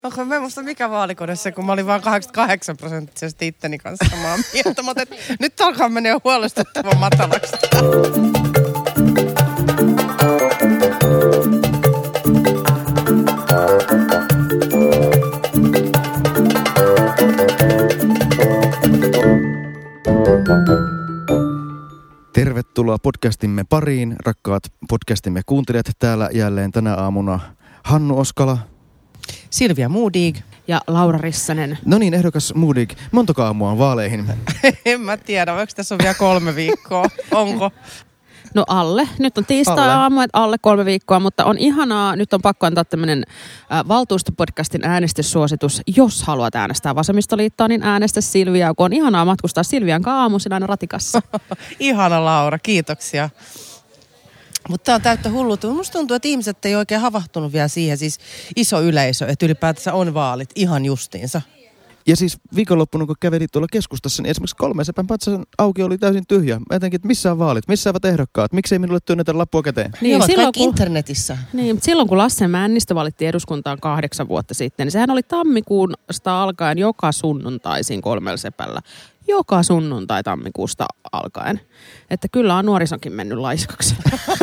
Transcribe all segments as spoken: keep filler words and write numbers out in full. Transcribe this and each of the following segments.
Onko mä muista mikä vaalikodessa, kun mä olin vaan kahdeksankymmentäkahdeksan prosenttisesti itteni kanssa samaa mieltä, mutta nyt alkaa mennä huolestuttavan matalaksi. Tervetuloa podcastimme pariin, rakkaat podcastimme kuuntelijat. Täällä jälleen tänä aamuna Hannu Oskala, Silvia Moodig ja Laura Rissanen. No niin, ehdokas Moodig. Montako aamua on vaaleihin? En mä tiedä, vaikka tässä on vielä kolme viikkoa. Onko? No alle. Nyt on tiistai-aamu, että alle kolme viikkoa, mutta on ihanaa. Nyt on pakko antaa tämmöinen äh, valtuustopodcastin äänestyssuositus. Jos haluat äänestää vasemmistoliittoa, niin äänestä Silviaa, kun on ihanaa matkustaa Silvian kanssa aamuisin aina ratikassa. Ihana Laura, kiitoksia. Mutta tämä on täyttä hulluutta. Musta tuntuu, että ihmiset ei oikein havahtunut vielä siihen, siis iso yleisö, että ylipäätänsä on vaalit ihan justiinsa. Ja siis viikonloppuna, kun käveli tuolla keskustassa, niin esimerkiksi kolme sepän patsan auki oli täysin tyhjä. Mä jotenkin, että missä on vaalit, missä ovat ehdokkaat, miksei minulle työnnetä lappua käteen? Niin, ne silloin, kaikki kun, internetissä. Niin, silloin kun Lasse Männistö valittiin eduskuntaan kahdeksan vuotta sitten, niin sehän oli tammikuusta alkaen joka sunnuntaisin kolmella sepällä. Joka sunnuntai tammikuusta alkaen. Että kyllä on nuorisonkin mennyt laiskaksi.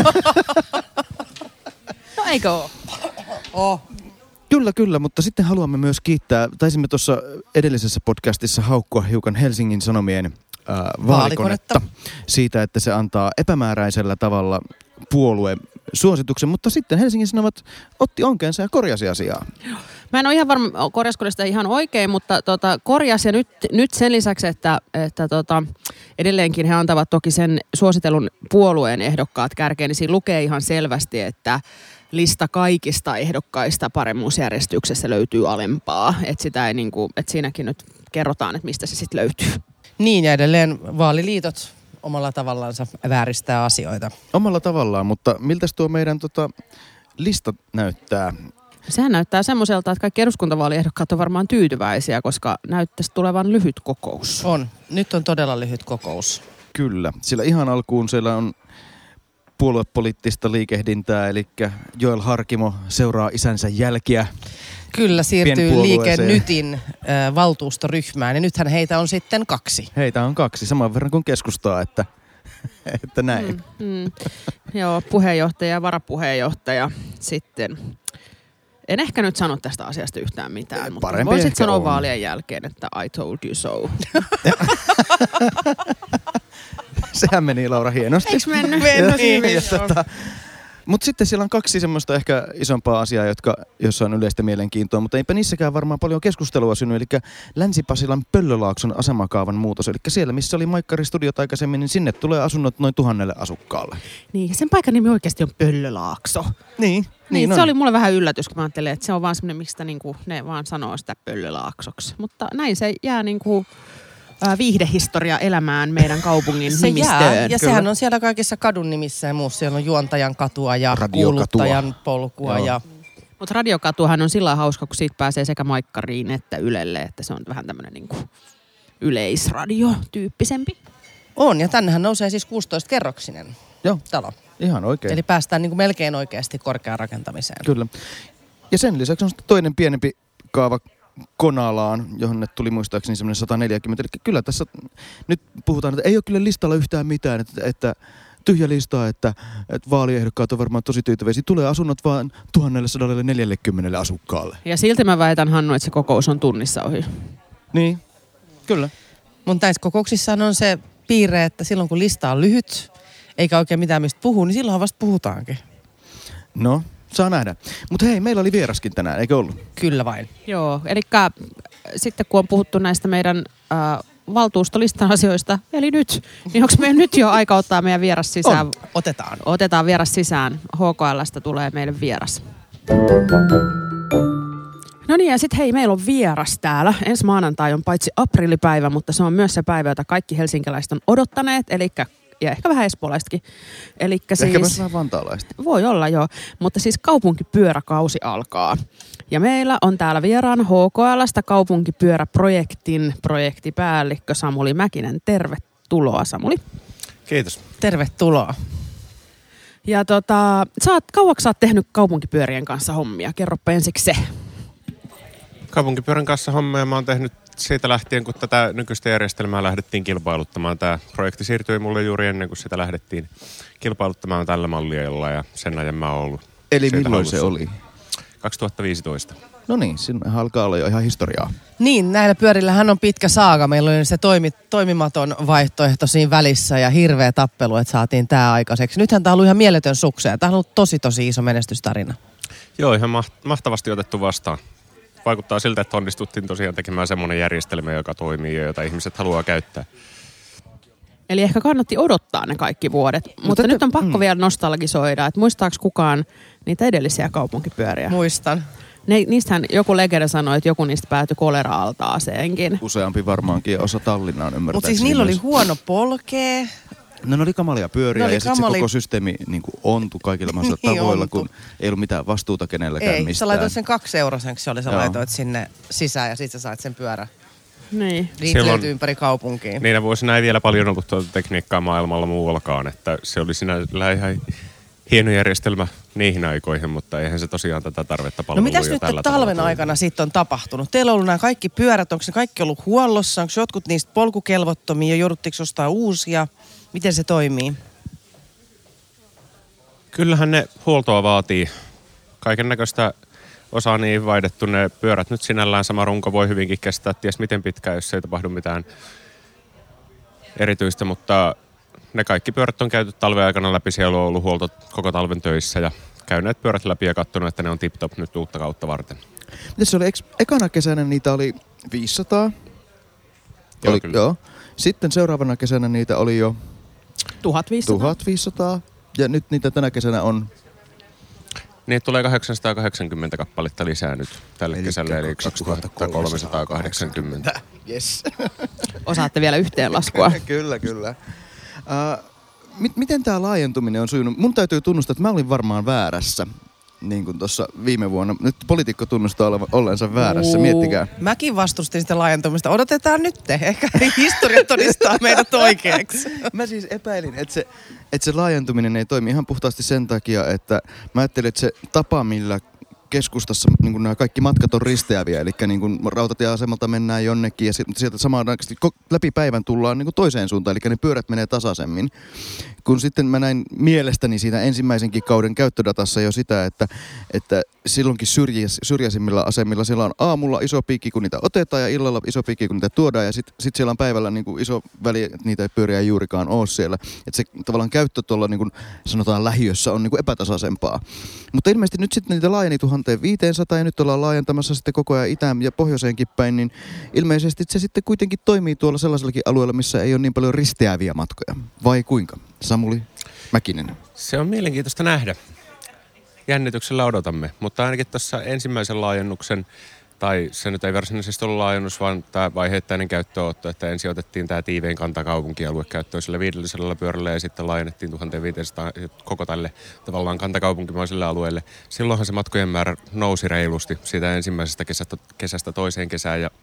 No eikö ole? Oh. Kyllä, kyllä, mutta sitten haluamme myös kiittää, taisimme tuossa edellisessä podcastissa haukkua hiukan Helsingin Sanomien äh, vaalikonetta siitä, että se antaa epämääräisellä tavalla puolueen suosituksen, mutta sitten Helsingin Sanomat otti onkeensa ja korjasi asiaa. Mä en ole ihan varma, korjasko sitä ihan oikein, mutta tota, korjasi ja nyt, nyt sen lisäksi, että, että tota, edelleenkin he antavat toki sen suositellun puolueen ehdokkaat kärkeen, niin siinä lukee ihan selvästi, että lista kaikista ehdokkaista paremmuusjärjestyksessä löytyy alempaa. Että sitä ei niinku, että siinäkin nyt kerrotaan, että mistä se sitten löytyy. Niin ja edelleen vaaliliitot omalla tavallaansa vääristää asioita. Omalla tavallaan, mutta miltäs tuo meidän tota, lista näyttää? Sehän näyttää semmoiselta, että kaikki eduskuntavaaliehdokkaat on varmaan tyytyväisiä, koska näyttäisi tulevan lyhyt kokous. On. Nyt on todella lyhyt kokous. Kyllä, sillä ihan alkuun siellä on puoluepoliittista liikehdintää, eli Joel Harkimo seuraa isänsä jälkiä. Kyllä, siirtyy Liike Nytin äh, valtuustoryhmään, ja nythän heitä on sitten kaksi. Heitä on kaksi, saman verran kuin keskustaa, että, että näin. Mm, mm. Joo, puheenjohtaja ja varapuheenjohtaja sitten. En ehkä nyt sano tästä asiasta yhtään mitään, mutta voisit sanoa on. Vaalien jälkeen, että I told you so. Sehän meni, Laura, hienosti. Eikö mennyt? Tota, mutta sitten siellä on kaksi semmoista ehkä isompaa asiaa, jotka, jossa on yleistä mielenkiintoa, mutta eipä niissäkään varmaan paljon keskustelua synny. Eli Länsi-Pasilan Pöllölaakson asemakaavan muutos. Eli siellä, missä oli Maikkari-studiot aikaisemmin, niin sinne tulee asunnot noin tuhannelle asukkaalle. Niin, sen paikan nimi oikeasti on Pöllölaakso. Niin. Niin, se oli mulle vähän yllätys, kun mä ajattelin, että se on vaan semmoinen, mistä niinku ne vaan sanoo sitä Pöllölaaksoksi. Mutta näin se jää niinku viihdehistoria elämään meidän kaupungin se nimistöön. Jää. Ja Kyllä. sehän on siellä kaikissa kadun nimissä ja muussa. Siellä on Juontajan katua ja Kuuluttajan polkua. Ja... Mutta Radiokatuhan on sillä hauska, kun siitä pääsee sekä Maikkariin että Ylelle, että se on vähän tämmöinen niinku yleisradio-tyyppisempi. On, ja tännehän nousee siis kuusitoista-kerroksinen Joo. talo. Ihan oikein. Eli päästään niinku melkein oikeasti korkeaan rakentamiseen. Kyllä. Ja sen lisäksi on toinen pienempi kaava Konalaan, johon tuli muistaakseni semmoinen sata neljäkymmentä. Eli kyllä tässä nyt puhutaan, että ei ole kyllä listalla yhtään mitään, että, että tyhjä listaa, että, että vaaliehdokkaat on varmaan tosi tyytyväisiä. Tulee asunnot vaan tuhat sata neljäkymmentä asukkaalle. Ja silti mä väitän, Hannu, että se kokous on tunnissa ohi. Niin, kyllä. Mutta näissä kokouksissa on se piirre, että silloin kun lista on lyhyt, eikä oikein mitään mistä puhuu, niin silloin vasta puhutaankin. No, saa nähdä. Mutta hei, meillä oli vieraskin tänään, eikö ollut? Kyllä vain. Joo, eli sitten kun on puhuttu näistä meidän äh, valtuustolistan asioista, eli nyt, niin onko meidän nyt jo aika ottaa meidän vieras sisään? On. Otetaan. Otetaan vieras sisään. H K L:stä tulee meille vieras. No niin, ja sitten hei, meillä on vieras täällä. Ensi maanantai on paitsi aprillipäivä, mutta se on myös se päivä, jota kaikki helsinkiläiset on odottaneet, eli ja ehkä vähän espoolaisetkin. Elikkä siis, ehkä myös vähän vantaalaista. Voi olla, joo. Mutta siis kaupunkipyöräkausi alkaa. Ja meillä on täällä vieraana H K L:stä kaupunkipyöräprojektin projektipäällikkö Samuli Mäkinen. Tervetuloa, Samuli. Kiitos. Tervetuloa. Ja tota, sä oot, kauaksi sä oot tehnyt kaupunkipyörien kanssa hommia? Kerropa ensiksi se. Kaupunkipyörän kanssa hommia mä oon tehnyt siitä lähtien, kun tätä nykyistä järjestelmää lähdettiin kilpailuttamaan. Tämä projekti siirtyi mulle juuri ennen kuin sitä lähdettiin kilpailuttamaan tällä mallilla ja sen ajan mä oon ollut. Eli milloin halussa. Se oli? kaksituhattaviisitoista. No niin, siinä alkaa olla jo ihan historiaa. Niin, näillä pyörillähän on pitkä saaga. Meillä oli se toimi, toimimaton vaihtoehto siinä välissä ja hirveä tappelu, että saatiin tämä aikaiseksi. Nythän tämä on ollut ihan mieletön sukseen. Tämä on ollut tosi tosi iso menestystarina. Joo, ihan mahtavasti otettu vastaan. Vaikuttaa siltä, että onnistuttiin tosiaan tekemään semmoinen järjestelmä, joka toimii ja jota ihmiset haluaa käyttää. Eli ehkä kannatti odottaa ne kaikki vuodet. Mutta, Mutta nyt on pakko mm. vielä nostalgisoida, että muistaako kukaan niitä edellisiä kaupunkipyöriä? Muistan. Ne, niistähän joku legenda sanoi, että joku niistä päätyi kolera-altaaseenkin. Useampi varmaankin ja osa Tallinnaan ymmärtääkseni. Mutta siis niillä oli huono polkee. No ne oli kamalia pyöriä oli ja sitten kamali... se koko systeemi niin kuin ontui kaikilla mahdollisilla tavoilla, kun ei ollut mitään vastuuta kenelläkään ei, mistään. Sä laitoit sen kaksi euroseksi, oli sä Joo. laitoit sinne sisään ja sitten sä sait sen pyörä. Niin. Riitteet ympäri kaupunkiin. Niinä vuosina ei vielä paljon ollut tuota tekniikkaa maailmalla muuallakaan, että se oli sinällään ihan hieno järjestelmä niihin aikoihin, mutta eihän se tosiaan tätä tarvetta palvelua. No mitäs nyt talven aikana sitten on tapahtunut? Teillä on ollut nämä kaikki pyörät, onko ne kaikki ollut huollossa? Onko jotkut niistä polkukelvottomia ja jouduttiinko ostaa uusia? Miten se toimii? Kyllähän ne huoltoa vaatii. Kaiken näköistä osaa niin vaihdettu. Ne pyörät nyt sinällään sama runko voi hyvinkin kestää ties miten pitkään, jos ei tapahdu mitään erityistä, mutta ne kaikki pyörät on käyty talven aikana läpi. Siellä on ollut huolto koko talven töissä ja käyneet pyörät läpi ja katsonut, että ne on tip-top nyt uutta kautta varten. Mitäs se oli? Eks, ekana kesänä niitä oli viisisataa? Joo, oli, joo. Sitten seuraavana kesänä niitä oli jo tuhatviisisataa. tuhatviisisataa. Ja nyt niitä tänä kesänä on... Niitä tulee kahdeksansataakahdeksankymmentä kappaletta lisää nyt tälle eli kesälle, eli kaksituhattakolmesataakahdeksankymmentä. Yes. Osaatte vielä yhteenlaskua. Kyllä, kyllä. Uh, mit, miten tämä laajentuminen on sujunut? Mun täytyy tunnustaa, että mä olin varmaan väärässä. Niin kuin tuossa viime vuonna. Nyt poliitikko tunnustaa ollensa väärässä, miettikää. Mäkin vastustin sitä laajentumista. Odotetaan nyt. Ehkä historia todistaa meidät oikeaksi. Mä siis epäilin, että se, että se laajentuminen ei toimi ihan puhtaasti sen takia, että mä ajattelin, että se tapa, millä keskustassa niin kuin nämä kaikki matkat on risteäviä, eli niin kuin rautatieasemalta mennään jonnekin ja sieltä samaan läpi päivän tullaan niin kuin toiseen suuntaan, eli ne pyörät menee tasaisemmin. Kun sitten mä näin mielestäni siinä ensimmäisenkin kauden käyttödatassa jo sitä, että, että silloinkin syrjäis, syrjäisimmillä asemilla siellä on aamulla iso piikki, kun niitä otetaan ja illalla iso piikki, kun niitä tuodaan ja sitten sit siellä on päivällä niin kuin iso väli, että niitä ei pyöriä juurikaan ole siellä. Että se tavallaan käyttö tuolla niin kuin sanotaan lähiössä on niin kuin epätasaisempaa. Mutta ilmeisesti nyt sitten niitä laajeni tuhatviisisataa ja nyt ollaan laajentamassa sitten koko ajan itään ja pohjoiseenkin päin, niin ilmeisesti se sitten kuitenkin toimii tuolla sellaisellakin alueella, missä ei ole niin paljon risteäviä matkoja. Vai kuinka? Samuli Mäkinen. Se on mielenkiintoista nähdä. Jännityksellä odotamme, mutta ainakin tuossa ensimmäisen laajennuksen, tai se nyt ei varsinaisesti ollut laajennus, vaan tämä vaiheittainen käyttöönotto, että ensin otettiin tämä tiivein kantakaupunkialue käyttöön sillä viidellisellä pyörällä ja sitten laajennettiin tuhatviisisataa koko tälle tavallaan kantakaupunkimaiselle alueelle. Silloinhan se matkojen määrä nousi reilusti siitä ensimmäisestä kesästä, kesästä toiseen kesään ja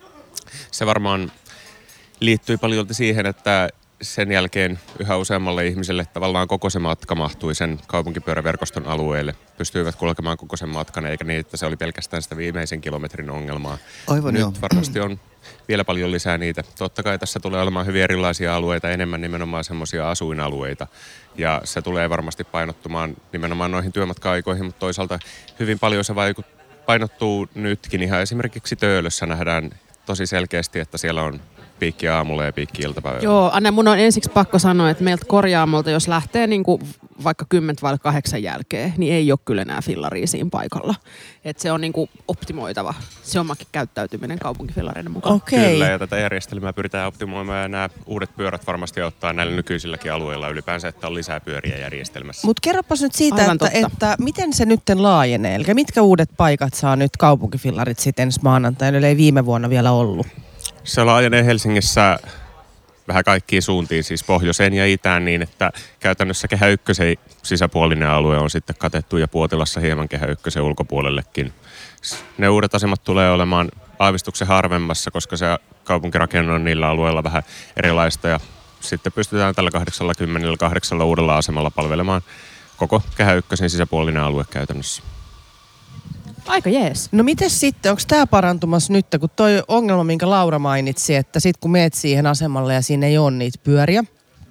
se varmaan liittyi paljolti siihen, että sen jälkeen yhä useammalle ihmiselle tavallaan koko se matka mahtui sen kaupunkipyöräverkoston alueelle. Pystyivät kulkemaan koko sen matkan, eikä niin, että se oli pelkästään sitä viimeisen kilometrin ongelmaa. Aivan Nyt joo. varmasti on vielä paljon lisää niitä. Totta kai tässä tulee olemaan hyvin erilaisia alueita, enemmän nimenomaan semmoisia asuinalueita. Ja se tulee varmasti painottumaan nimenomaan noihin työmatka-aikoihin, mutta toisaalta hyvin paljon se vaikut- painottuu nytkin. Ihan esimerkiksi Töölössä nähdään tosi selkeästi, että siellä on piikki aamulla ja piikki iltapäivällä. Joo, Anne, mun on ensiksi pakko sanoa, että meiltä korjaamolta, jos lähtee niin kuin vaikka kymmentä vai kahdeksan jälkeen, niin ei ole kyllä enää fillaria siinä paikalla. Että se on niin kuin optimoitava se omakin käyttäytyminen kaupunkifillareiden mukaan. Okei. Kyllä, ja tätä järjestelmää pyritään optimoimaan ja nämä uudet pyörät varmasti auttaa näillä nykyisilläkin alueilla ylipäänsä, että on lisää pyöriä järjestelmässä. Mutta kerropas nyt siitä, että, että miten se nyt laajenee? Eli mitkä uudet paikat saa nyt kaupunkifillarit sitten ensi maanantaina, ei viime vuonna vielä ollut? Se laajenee Helsingissä vähän kaikkiin suuntiin, siis pohjoiseen ja itään niin, että käytännössä Kehä Ykkösen sisäpuolinen alue on sitten katettu ja Puotilassa hieman Kehä Ykkösen ulkopuolellekin. Ne uudet asemat tulee olemaan aavistuksen harvemmassa, koska se kaupunkirakenne on niillä alueilla vähän erilaista ja sitten pystytään tällä kahdeksankymmentäkahdeksan uudella asemalla palvelemaan koko Kehä Ykkösen sisäpuolinen alue käytännössä. Aika jees. No mites sitten, onko tämä parantumassa nyt, kun toi ongelma, minkä Laura mainitsi, että sit kun meet siihen asemalle ja siinä ei ole niitä pyöriä,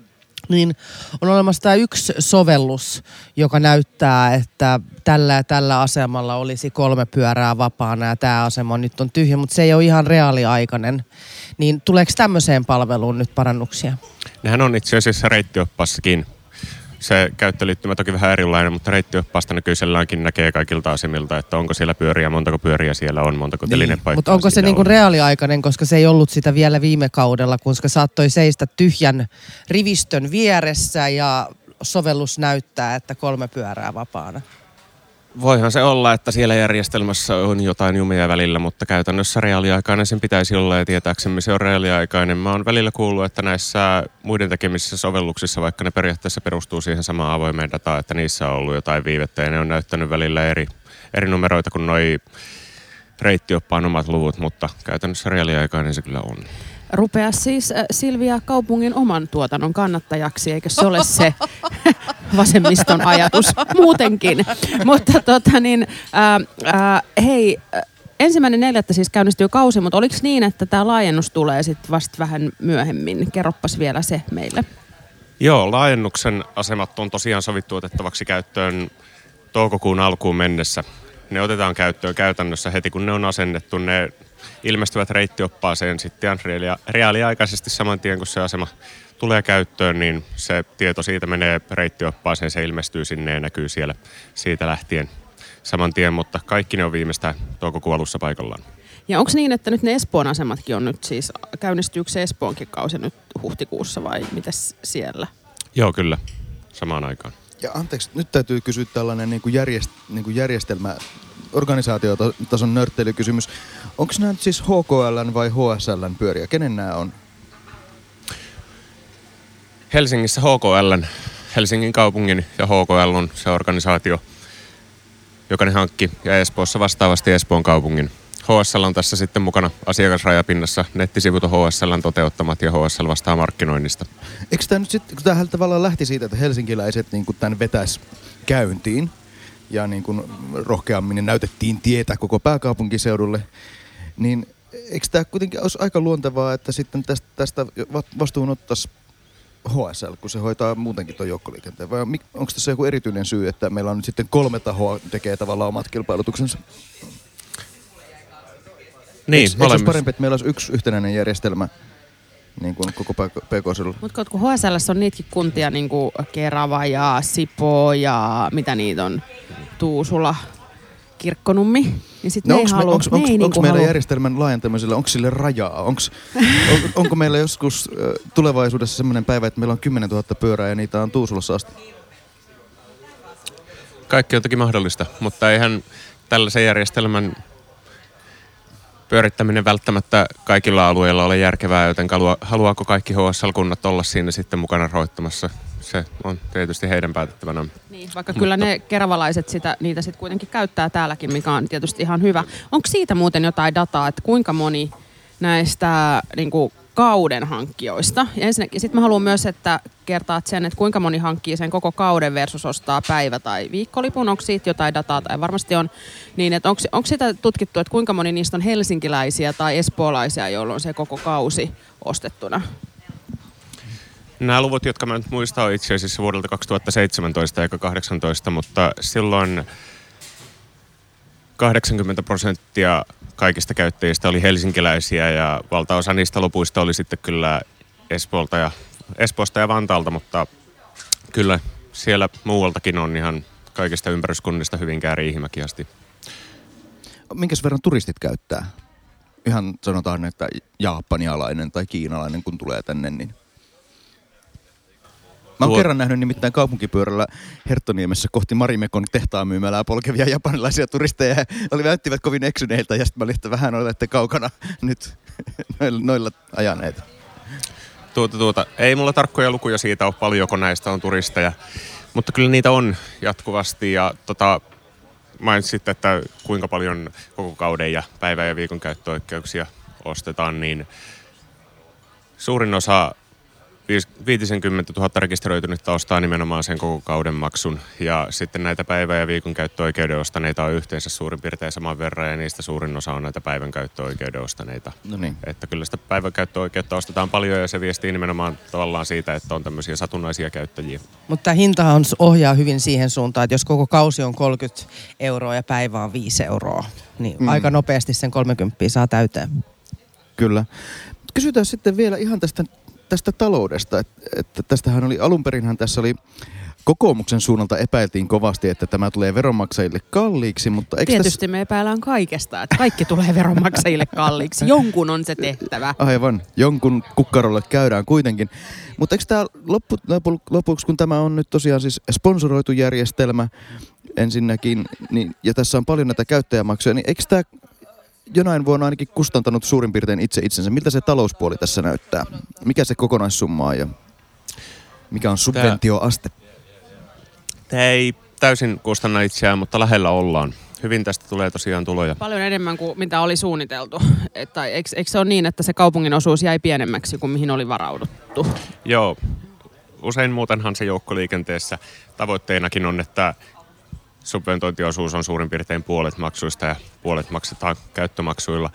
niin on olemassa tämä yksi sovellus, joka näyttää, että tällä ja tällä asemalla olisi kolme pyörää vapaana ja tämä asema nyt on tyhjä, mutta se ei ole ihan reaaliaikainen. Niin tuleeko tämmöiseen palveluun nyt parannuksia? Nehän on itse asiassa reittioppassakin. Se käyttöliittymä toki vähän erilainen, mutta reittioppaasta nykyiselläänkin näkee kaikilta asemilta, että onko siellä pyöriä, montako pyöriä siellä on, montako niin, telinepaikkaa. Mutta onko se niinku on. reaaliaikainen, koska se ei ollut sitä vielä viime kaudella, kun se saattoi seistä tyhjän rivistön vieressä ja sovellus näyttää, että kolme pyörää vapaana? Voihan se olla, että siellä järjestelmässä on jotain jumia välillä, mutta käytännössä reaaliaikainen sen pitäisi olla ja tietääksemme se on reaaliaikainen. Mä oon välillä kuullut, että näissä muiden tekemisissä sovelluksissa, vaikka ne periaatteessa perustuu siihen samaan avoimeen dataan, että niissä on ollut jotain viivettä ja ne on näyttänyt välillä eri, eri numeroita kuin noi reittioppaan omat luvut, mutta käytännössä reaaliaikainen se kyllä on. Rupea siis äh, Silvia kaupungin oman tuotannon kannattajaksi, eikö se ole se vasemmiston ajatus muutenkin. Mutta tota niin, äh, äh, hei, äh, ensimmäinen neljättä siis käynnistyy kausi, mutta oliko niin, että tämä laajennus tulee sitten vasta vähän myöhemmin? Kerroppas vielä se meille. Joo, laajennuksen asemat on tosiaan sovittu otettavaksi käyttöön toukokuun alkuun mennessä. Ne otetaan käyttöön käytännössä heti, kun ne on asennettu. Ne ilmestyvät reittioppaaseen sitten reaaliaikaisesti saman tien, kun se asema tulee käyttöön, niin se tieto siitä menee reittioppaaseen, se ilmestyy sinne ja näkyy siellä siitä lähtien saman tien, mutta kaikki ne on viimeistään toukokuun alussa paikallaan. Ja onko niin, että nyt ne Espoon asematkin on nyt siis, käynnistyykö se Espoonkin kausi nyt huhtikuussa vai mitäs siellä? Joo, kyllä, samaan aikaan. Ja anteeksi, nyt täytyy kysyä tällainen niin kuin järjest, niin kuin järjestelmä, organisaatiotason nörttelykysymys. Onko nämä nyt siis H K L:n vai H S L:n pyöriä? Kenen nämä on? Helsingissä H K L:n, Helsingin kaupungin ja H K L on se organisaatio, joka ne hankki, ja Espoossa vastaavasti Espoon kaupungin. H S L on tässä sitten mukana asiakasrajapinnassa, nettisivut on H S L:n toteuttamat ja H S L vastaa markkinoinnista. Eikö tämä nyt sitten, kun tämähän tavallaan lähti siitä, että helsinkiläiset niin kuin tämän vetäisi käyntiin ja niin kuin rohkeammin niin näytettiin tietä koko pääkaupunkiseudulle, niin eikö tämä kuitenkin olisi aika luontevaa, että sitten tästä, tästä vastuun ottaisi H S L, kun se hoitaa muutenkin tuon joukkoliikenteen? Vai onko tässä joku erityinen syy, että meillä on nyt sitten kolme tahoa tekee tavallaan omat kilpailutuksensa? Niin, eikö, eikö olisi parempi, että meillä olisi yksi yhtenäinen järjestelmä niin kuin koko P K-seudulla? Mutta kun H S L:ssä on niitäkin kuntia, niin kuin Kerava ja Sipoo ja mitä niitä on, Tuusula, Kirkkonummi, niin sitten no ne ei halua. Onko niinku meillä halua. järjestelmän laajentamisella, onko sille rajaa? Onks, on, onko meillä joskus äh, tulevaisuudessa sellainen päivä, että meillä on kymmenentuhatta pyörää ja niitä on Tuusulassa asti? Kaikki on toki mahdollista, mutta eihän tällaisen järjestelmän pyörittäminen välttämättä kaikilla alueilla ole järkevää, joten haluaako kaikki H S L-kunnat olla siinä sitten mukana roittamassa? Se on tietysti heidän päätettävänä. Niin, vaikka kyllä ne keravalaiset sitä, niitä sitten kuitenkin käyttää täälläkin, mikä on tietysti ihan hyvä. Onko siitä muuten jotain dataa, että kuinka moni näistä niin kuin kauden hankkijoista? Ja sitten mä haluan myös, että kertaat sen, että kuinka moni hankkii sen koko kauden versus ostaa päivä- tai viikkolipun. Onko siitä jotain dataa, tai varmasti on, niin että onko, onko sitä tutkittu, että kuinka moni niistä on helsinkiläisiä tai espoolaisia, jolloin on se koko kausi ostettuna? Nämä luvut, jotka mä nyt muistan, on itse asiassa vuodelta kaksituhattaseitsemäntoista eikä kahdeksantoista, mutta silloin kahdeksankymmentä prosenttia kaikista käyttäjistä oli helsinkiläisiä ja valtaosa niistä lopuista oli sitten kyllä Espoolta ja, Espoosta ja Vantaalta, mutta kyllä siellä muualtakin on ihan kaikista ympäryskunnista Hyvinkään Riihimäki asti. Minkäs verran turistit käyttää? Ihan sanotaan, että japanialainen tai kiinalainen kun tulee tänne, niin mä oon Tuo... kerran nähnyt nimittäin kaupunkipyörällä Herttoniemessä kohti Marimekon tehtaan myymälää polkevia japanilaisia turisteja. Oli välttivät kovin eksyneiltä ja sitten mä olin, että vähän olette kaukana nyt noilla, noilla ajaneita. Tuota, tuota. Ei mulla tarkkoja lukuja siitä ole paljonko näistä on turisteja, mutta kyllä niitä on jatkuvasti ja tota, mainitsit, että kuinka paljon koko kauden ja päivän ja viikon käyttöoikeuksia ostetaan, niin suurin osa viisikymmentätuhatta rekisteröitynyttä ostaa nimenomaan sen koko kauden maksun. Ja sitten näitä päivä- ja viikon käyttöoikeuden ostaneita on yhteensä suurin piirtein saman verran, ja niistä suurin osa on näitä päivän käyttöoikeuden ostaneita. No niin. Että kyllä sitä päivän käyttöoikeutta ostetaan paljon, ja se viestii nimenomaan tavallaan siitä, että on tämmöisiä satunnaisia käyttäjiä. Mutta tämä hintahan ohjaa hyvin siihen suuntaan, että jos koko kausi on kolmekymmentä euroa ja päivä on viisi euroa, niin mm. aika nopeasti sen kolmekymmentä saa täyteen. Kyllä. Kysytään sitten vielä ihan tästä, tästä taloudesta, että, että tästähän oli alunperinhän tässä oli kokoomuksen suunnalta epäiltiin kovasti, että tämä tulee veronmaksajille kalliiksi, mutta eikö Tietysti tässä... me epäillään kaikesta, että kaikki tulee veronmaksajille kalliiksi. Jonkun on se tehtävä. Aivan, jonkun kukkarolle käydään kuitenkin. Mutta eikö tämä loppu, lopuksi, kun tämä on nyt tosiaan siis sponsoroitu järjestelmä ensinnäkin, niin, ja tässä on paljon näitä käyttäjämaksuja, niin eikö tämä jonain vuonna ainakin kustantanut suurin piirtein itse itsensä? Miltä se talouspuoli tässä näyttää? Mikä se kokonaissumma on ja mikä on subventioaste? Tämä ei täysin kustanna itseään, mutta lähellä ollaan. Hyvin tästä tulee tosiaan tuloja. Paljon enemmän kuin mitä oli suunniteltu. Että eikö, eikö se ole niin, että se kaupungin osuus jäi pienemmäksi kuin mihin oli varauduttu? Joo. Usein muutenhan se joukkoliikenteessä tavoitteenakin on, että subventointiosuus on suurin piirtein puolet maksuista ja puolet maksetaan käyttömaksuilla.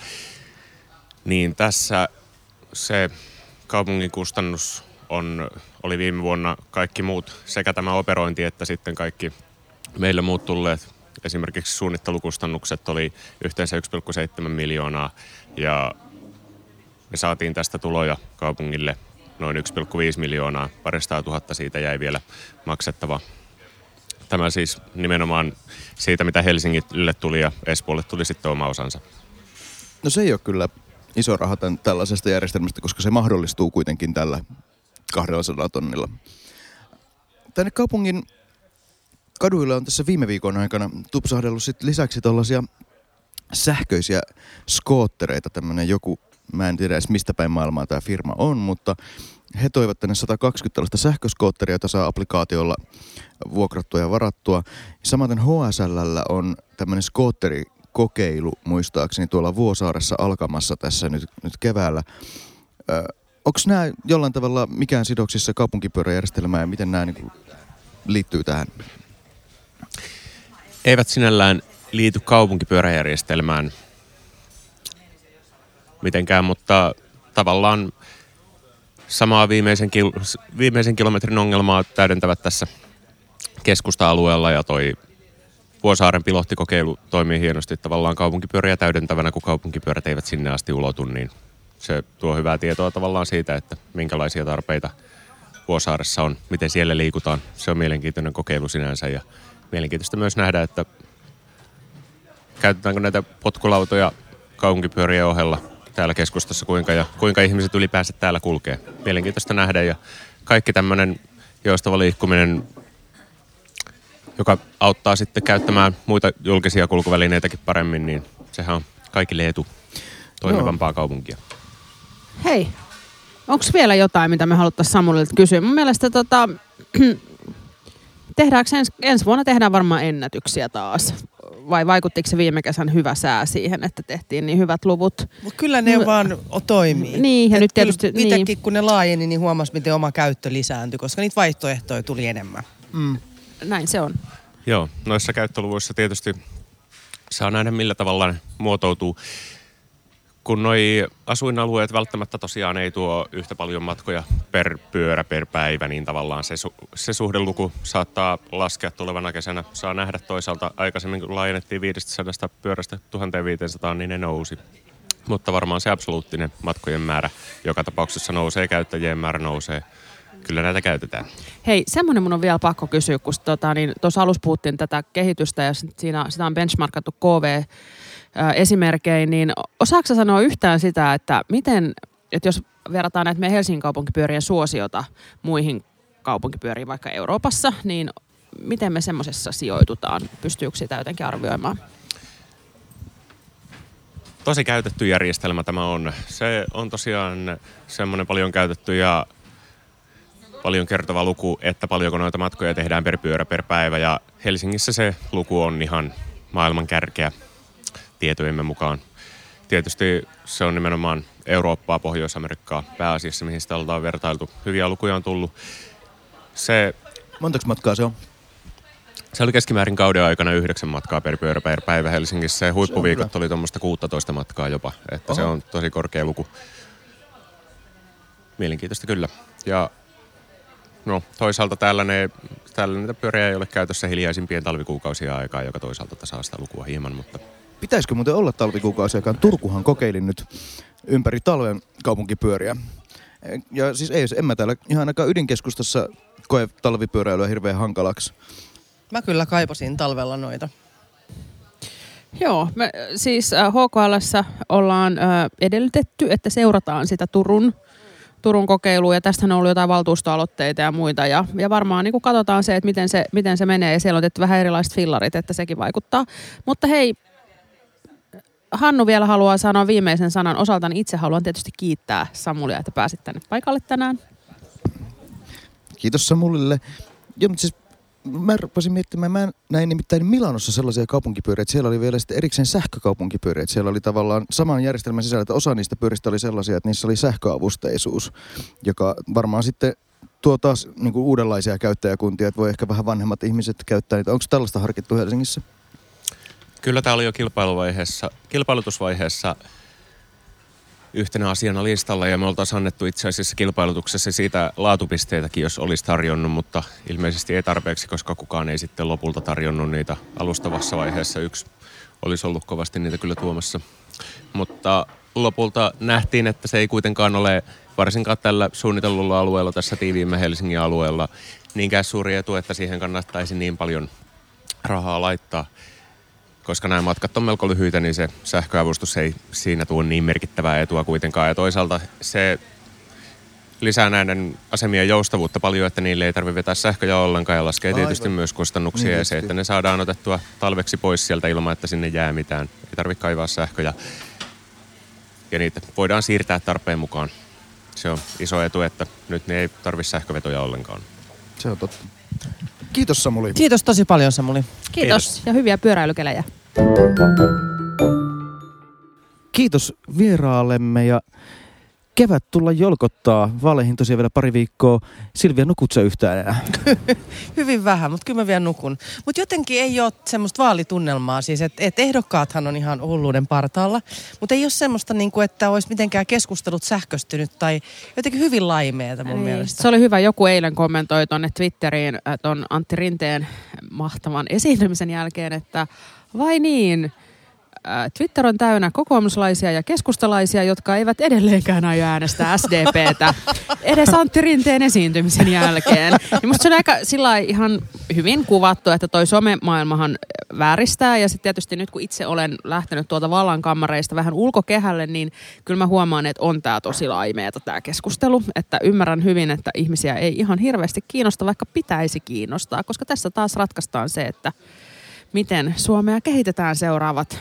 Niin tässä se kaupungin kustannus on, oli viime vuonna kaikki muut, sekä tämä operointi että sitten kaikki meillä muut tulleet. Esimerkiksi suunnittelukustannukset oli yhteensä yksi pilkku seitsemän miljoonaa ja me saatiin tästä tuloja kaupungille noin yksi pilkku viisi miljoonaa. Paristaa tuhatta siitä jäi vielä maksettava. Tämä siis nimenomaan siitä, mitä Helsingille tuli ja Espoolle tuli sitten oma osansa. No se ei ole kyllä iso raha tämän, tällaisesta järjestelmästä, koska se mahdollistuu kuitenkin tällä kahdellasadalla tonnilla. Tänne kaupungin kaduilla on tässä viime viikon aikana tupsahdellut sit lisäksi tällaisia sähköisiä skoottereita. Tämmöinen joku, mä en tiedä edes mistä päin maailmaa tämä firma on, mutta he toivat tänne sata kaksikymmentä tällaista sähköskootteria, jota saa applikaatiolla vuokrattua ja varattua. Samaten H S L:llä on tämmöinen skootterikokeilu muistaakseni tuolla Vuosaaressa alkamassa tässä nyt, nyt keväällä. Ö, onko nämä jollain tavalla mikään sidoksissa kaupunkipyöräjärjestelmään ja miten nämä niin liittyy tähän? Eivät sinällään liity kaupunkipyöräjärjestelmään mitenkään, mutta tavallaan samaa viimeisen, kil- viimeisen kilometrin ongelmaa täydentävät tässä keskusta-alueella ja toi Vuosaaren pilottikokeilu toimii hienosti tavallaan kaupunkipyöriä täydentävänä, kun kaupunkipyörät eivät sinne asti ulotu, niin se tuo hyvää tietoa tavallaan siitä, että minkälaisia tarpeita Vuosaaressa on, miten siellä liikutaan. Se on mielenkiintoinen kokeilu sinänsä ja mielenkiintoista myös nähdä, että käytetäänkö näitä potkulautoja kaupunkipyörien ohella täällä keskustassa, kuinka, ja kuinka ihmiset ylipäänsä täällä kulkee. Mielenkiintoista nähdä ja kaikki tämmöinen joustava liikkuminen, joka auttaa sitten käyttämään muita julkisia kulkuvälineitäkin paremmin, niin sehän on kaikille etu toimivampaa kaupunkia. Hei, onko vielä jotain, mitä me haluttaisiin Samulilta kysyä? Mun mielestä tota, tehdäänkö ens, ensi vuonna tehdään varmaan ennätyksiä taas. Vai vaikuttiko se viime kesän hyvä sää siihen, että tehtiin niin hyvät luvut? Mut kyllä ne vaan toimii. Niin, ja et nyt tietysti... Itsekin niin. kun ne laajeni, niin huomasi, miten oma käyttö lisääntyi, koska niitä vaihtoehtoja tuli enemmän. Mm. Näin se on. Joo, noissa käyttöluvuissa tietysti saa nähdä millä tavalla ne muotoutuu. Kun noi asuinalueet välttämättä tosiaan ei tuo yhtä paljon matkoja per pyörä per päivä, niin tavallaan se, su- se suhdeluku saattaa laskea tulevana kesänä. Saa nähdä toisaalta aikaisemmin, kun laajennettiin viisisataa pyörästä tuhatviisisataa, niin ne nousi. Mutta varmaan se absoluuttinen matkojen määrä joka tapauksessa nousee, käyttäjien määrä nousee. Kyllä näitä käytetään. Hei, semmoinen mun on vielä pakko kysyä, kun tuossa tota, niin, alussa puhuttiin tätä kehitystä ja siinä, sitä on benchmarkattu K V-esimerkkein, niin osaatko sanoa yhtään sitä, että miten, että jos verrataan näitä meidän Helsingin kaupunkipyörien suosiota muihin kaupunkipyöriin vaikka Euroopassa, niin miten me semmoisessa sijoitutaan? Pystyykö sitä jotenkin arvioimaan? Tosi käytetty järjestelmä tämä on. Se on tosiaan semmoinen paljon käytetty ja paljon kertova luku, että paljonko noita matkoja tehdään per pyörä per päivä. Ja Helsingissä se luku on ihan maailman kärkeä tietojemme mukaan. tietysti se on nimenomaan Eurooppaa, Pohjois-Amerikkaa pääasiassa, mihin sitä ollaan vertailtu. Hyviä lukuja on tullut. Se, Montaks matkaa se on? se oli keskimäärin kauden aikana yhdeksän matkaa per pyörä per päivä Helsingissä. Ja huippuviikot oli tuommoista kuusitoista matkaa jopa, että Oho. se on tosi korkea luku. Mielenkiintoista kyllä. Ja no, toisaalta täällä, ne, täällä niitä pyöriä ei ole käytössä hiljaisimpien talvikuukausia aikaa, joka toisaalta tasaa sitä lukua hieman, mutta... Pitäisikö muuten olla talvikuukausiakaan? Turkuhan kokeilin nyt ympäri talven kaupunkipyöriä. Ja siis ei, en mä täällä ihan ainakaan ydinkeskustassa koe talvipyöräilyä hirveän hankalaksi. Mä kyllä kaipasin talvella noita. Joo, me siis H K L:ssä ollaan ö, edellytetty, että seurataan sitä Turun, Turun kokeilua ja tästähän on ollut jotain valtuustoaloitteita ja muita ja, ja varmaan niin kuin katsotaan se, että miten se, miten se menee ja siellä on tehty vähän erilaiset fillarit, että sekin vaikuttaa. Mutta hei, Hannu vielä haluaa sanoa viimeisen sanan osaltani. Itse haluan tietysti kiittää Samulia, että pääsit tänne paikalle tänään. Kiitos Samulille. Joo, mutta siis mä rupesin miettimään, mä näin nimittäin Milanossa sellaisia kaupunkipyöriä, että siellä oli vielä sitten erikseen sähkökaupunkipyöriä. Että siellä oli tavallaan saman järjestelmän sisällä, että osa niistä pyöristä oli sellaisia, että niissä oli sähköavusteisuus, joka varmaan sitten tuo taas niin kuin uudenlaisia käyttäjäkuntia, että voi ehkä vähän vanhemmat ihmiset käyttää niitä. Onko tällaista harkittu Helsingissä? Kyllä tämä oli jo kilpailuvaiheessa, kilpailutusvaiheessa yhtenä asiana listalla ja me oltaisiin annettu itse asiassa kilpailutuksessa siitä laatupisteitäkin, jos olisi tarjonnut, mutta ilmeisesti ei tarpeeksi, koska kukaan ei sitten lopulta tarjonnut niitä alustavassa vaiheessa. Yksi olisi ollut kovasti niitä kyllä tuomassa, mutta lopulta nähtiin, että se ei kuitenkaan ole varsinkaan tällä suunnitellulla alueella, tässä tiiviimmän Helsingin alueella, niinkään suuri etu, että siihen kannattaisi niin paljon rahaa laittaa. Koska nämä matkat on melko lyhyitä, niin se sähköavustus ei siinä tuo niin merkittävää etua kuitenkaan. Ja toisaalta se lisää näiden asemien joustavuutta paljon, että niille ei tarvitse vetää sähköjä ollenkaan ja laskee tietysti Aivan. myös kustannuksia. Niin, ja se, että ne saadaan otettua talveksi pois sieltä ilman, että sinne jää mitään. Ei tarvitse kaivaa sähköjä. Ja niitä voidaan siirtää tarpeen mukaan. Se on iso etu, että nyt ne ei tarvitse sähkövetoja ollenkaan. Se on totta. Kiitos Samuli. Kiitos tosi paljon Samuli. Kiitos, Kiitos. Ja hyviä pyöräilykelejä. Kiitos vieraallemme ja kevät tulla jolkottaa. Vaaleihin tosiaan vielä pari viikkoa. Silvia, nukut sä yhtään enää? Hyvin vähän, mutta kyllä mä vielä nukun. Mutta jotenkin ei ole semmoista vaalitunnelmaa, siis että et ehdokkaathan on ihan hulluuden partaalla, mutta ei ole semmoista, niinku, että olisi mitenkään keskustelut sähköstynyt tai jotenkin hyvin laimeeta mun ei, mielestä. Se oli hyvä. Joku eilen kommentoi tuonne Twitteriin ton Antti Rinteen mahtavan esiintymisen jälkeen, että vai niin, Twitter on täynnä kokoomuslaisia ja keskustalaisia, jotka eivät edelleenkään aio äänestää S D P:tä edes Antti Rinteen esiintymisen jälkeen. Ja musta se on aika sillä ihan hyvin kuvattu, että toi somemaailmahan vääristää. Ja sitten tietysti nyt kun itse olen lähtenyt tuolta vallankammareista vähän ulkokehälle, niin kyllä mä huomaan, että on tää tosi laimeeta tää keskustelu. Että ymmärrän hyvin, että ihmisiä ei ihan hirveästi kiinnosta, vaikka pitäisi kiinnostaa. Koska tässä taas ratkaistaan se, että miten Suomea kehitetään seuraavat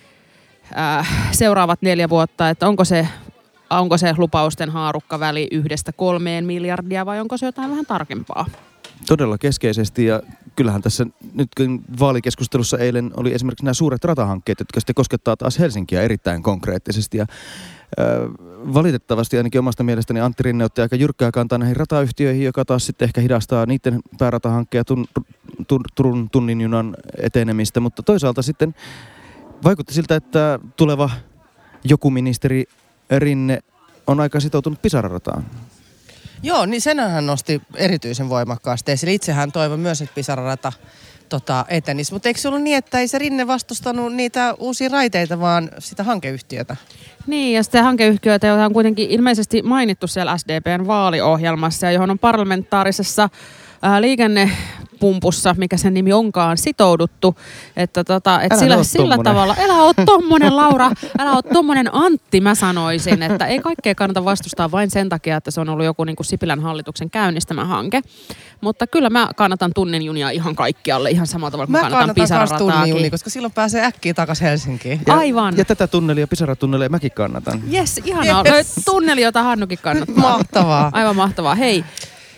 Äh, seuraavat neljä vuotta, että onko se, onko se lupausten haarukkaväli yhdestä kolmeen miljardia vai onko se jotain vähän tarkempaa? Todella keskeisesti ja kyllähän tässä nyt vaalikeskustelussa eilen oli esimerkiksi nämä suuret ratahankkeet, jotka sitten koskettaa taas Helsinkiä erittäin konkreettisesti ja äh, valitettavasti ainakin omasta mielestäni Antti Rinne otti aika jyrkkää kantaa näihin ratayhtiöihin, joka taas sitten ehkä hidastaa niiden pääratahankkeja tun, tun, Turun tunnin junan etenemistä, mutta toisaalta sitten vaikutti siltä, että tuleva joku ministeri Rinne on aika sitoutunut Pisara-rataan. Joo, niin senhän hän nosti erityisen voimakkaasti esille. Itsehän toivoi myös, että Pisara-rata tota, etenisi. Mutta eikö se ollut niin, että ei se Rinne vastustanut niitä uusia raiteita, vaan sitä hankeyhtiötä? Niin, ja sitä hankeyhtiötä, jota on kuitenkin ilmeisesti mainittu siellä S D P:n vaaliohjelmassa, johon on parlamentaarisessa ää, liikennepumpussa, mikä sen nimi onkaan, sitouduttu. Että tota, et sillä, sillä tavalla, älä oo tommonen Laura, älä oo tommonen Antti, mä sanoisin, että ei kaikkea kannata vastustaa vain sen takia, että se on ollut joku niin kuin Sipilän hallituksen käynnistämä hanke. Mutta kyllä mä kannatan tunnin junia ihan kaikkialle, ihan samalla tavalla kuin mä kannatan Pisara-rataakin. Mä kannatan tunnin koska silloin pääsee äkkiä takaisin Helsinkiin. Ja, Aivan. Ja tätä tunnelia, Pisara-tunnelia mäkin kannatan. Jes, ihanaa. Yes. Tunneli, jota Hannukin kannattaa. Mahtavaa. Aivan mahtavaa. Hei.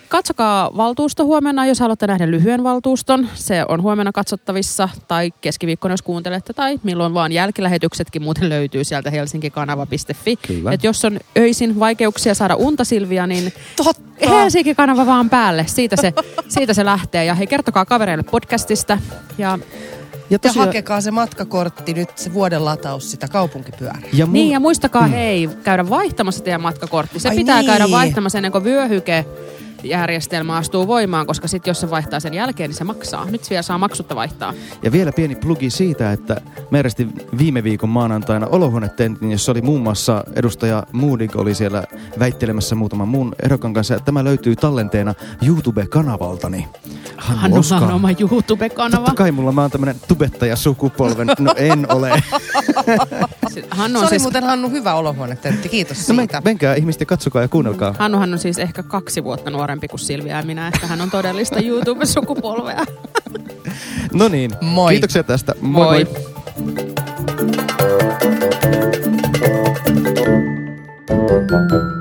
katsokaa valtuusto huomenna, jos haluatte nähdä lyhyen valtuuston. Se on huomenna katsottavissa tai keskiviikkona, jos kuuntelette, tai milloin vaan. Jälkilähetyksetkin muuten löytyy sieltä helsinkikanava piste fi. Et jos on öisin vaikeuksia saada unta, Silvia, niin Totta. Helsinki-kanava vaan päälle. Siitä se, siitä se lähtee. Ja hei, kertokaa kavereille podcastista. Ja Ja, tosiaan, ja hakekaa se matkakortti nyt, se vuoden lataus sitä kaupunkipyörää. Ja mun... Niin, ja muistakaa mm. hei, käydä vaihtamassa teidän matkakortti. Se Ai pitää niin. käydä vaihtamassa ennen kuin vyöhyke järjestelmä astuu voimaan, koska sitten jos se vaihtaa sen jälkeen, niin se maksaa. Nyt vielä saa maksutta vaihtaa. Ja vielä pieni plugi siitä, että me järjestin viime viikon maanantaina olohuonetentin, jossa oli muun muassa edustaja Moodig oli siellä väittelemässä muutaman muun ehdokkaan kanssa. Ja tämä löytyy tallenteena YouTube-kanavaltani. Hannulla on oma YouTube-kanava. Totta kai mulla mä oon tämmönen tubettajasukupolven. No en ole. Hannu se oli siis... muuten Hannu hyvä olohuonetentti, kiitos no siitä. Menkää ihmiset ja katsokaa ja kuunnelkaa. Hannuhan on siis ehkä kaksi vuotta nuorempi kuin Silvia ja minä, että hän on todellista YouTube-sukupolvea. No niin, moi. Kiitoksia tästä. Moi moi. moi.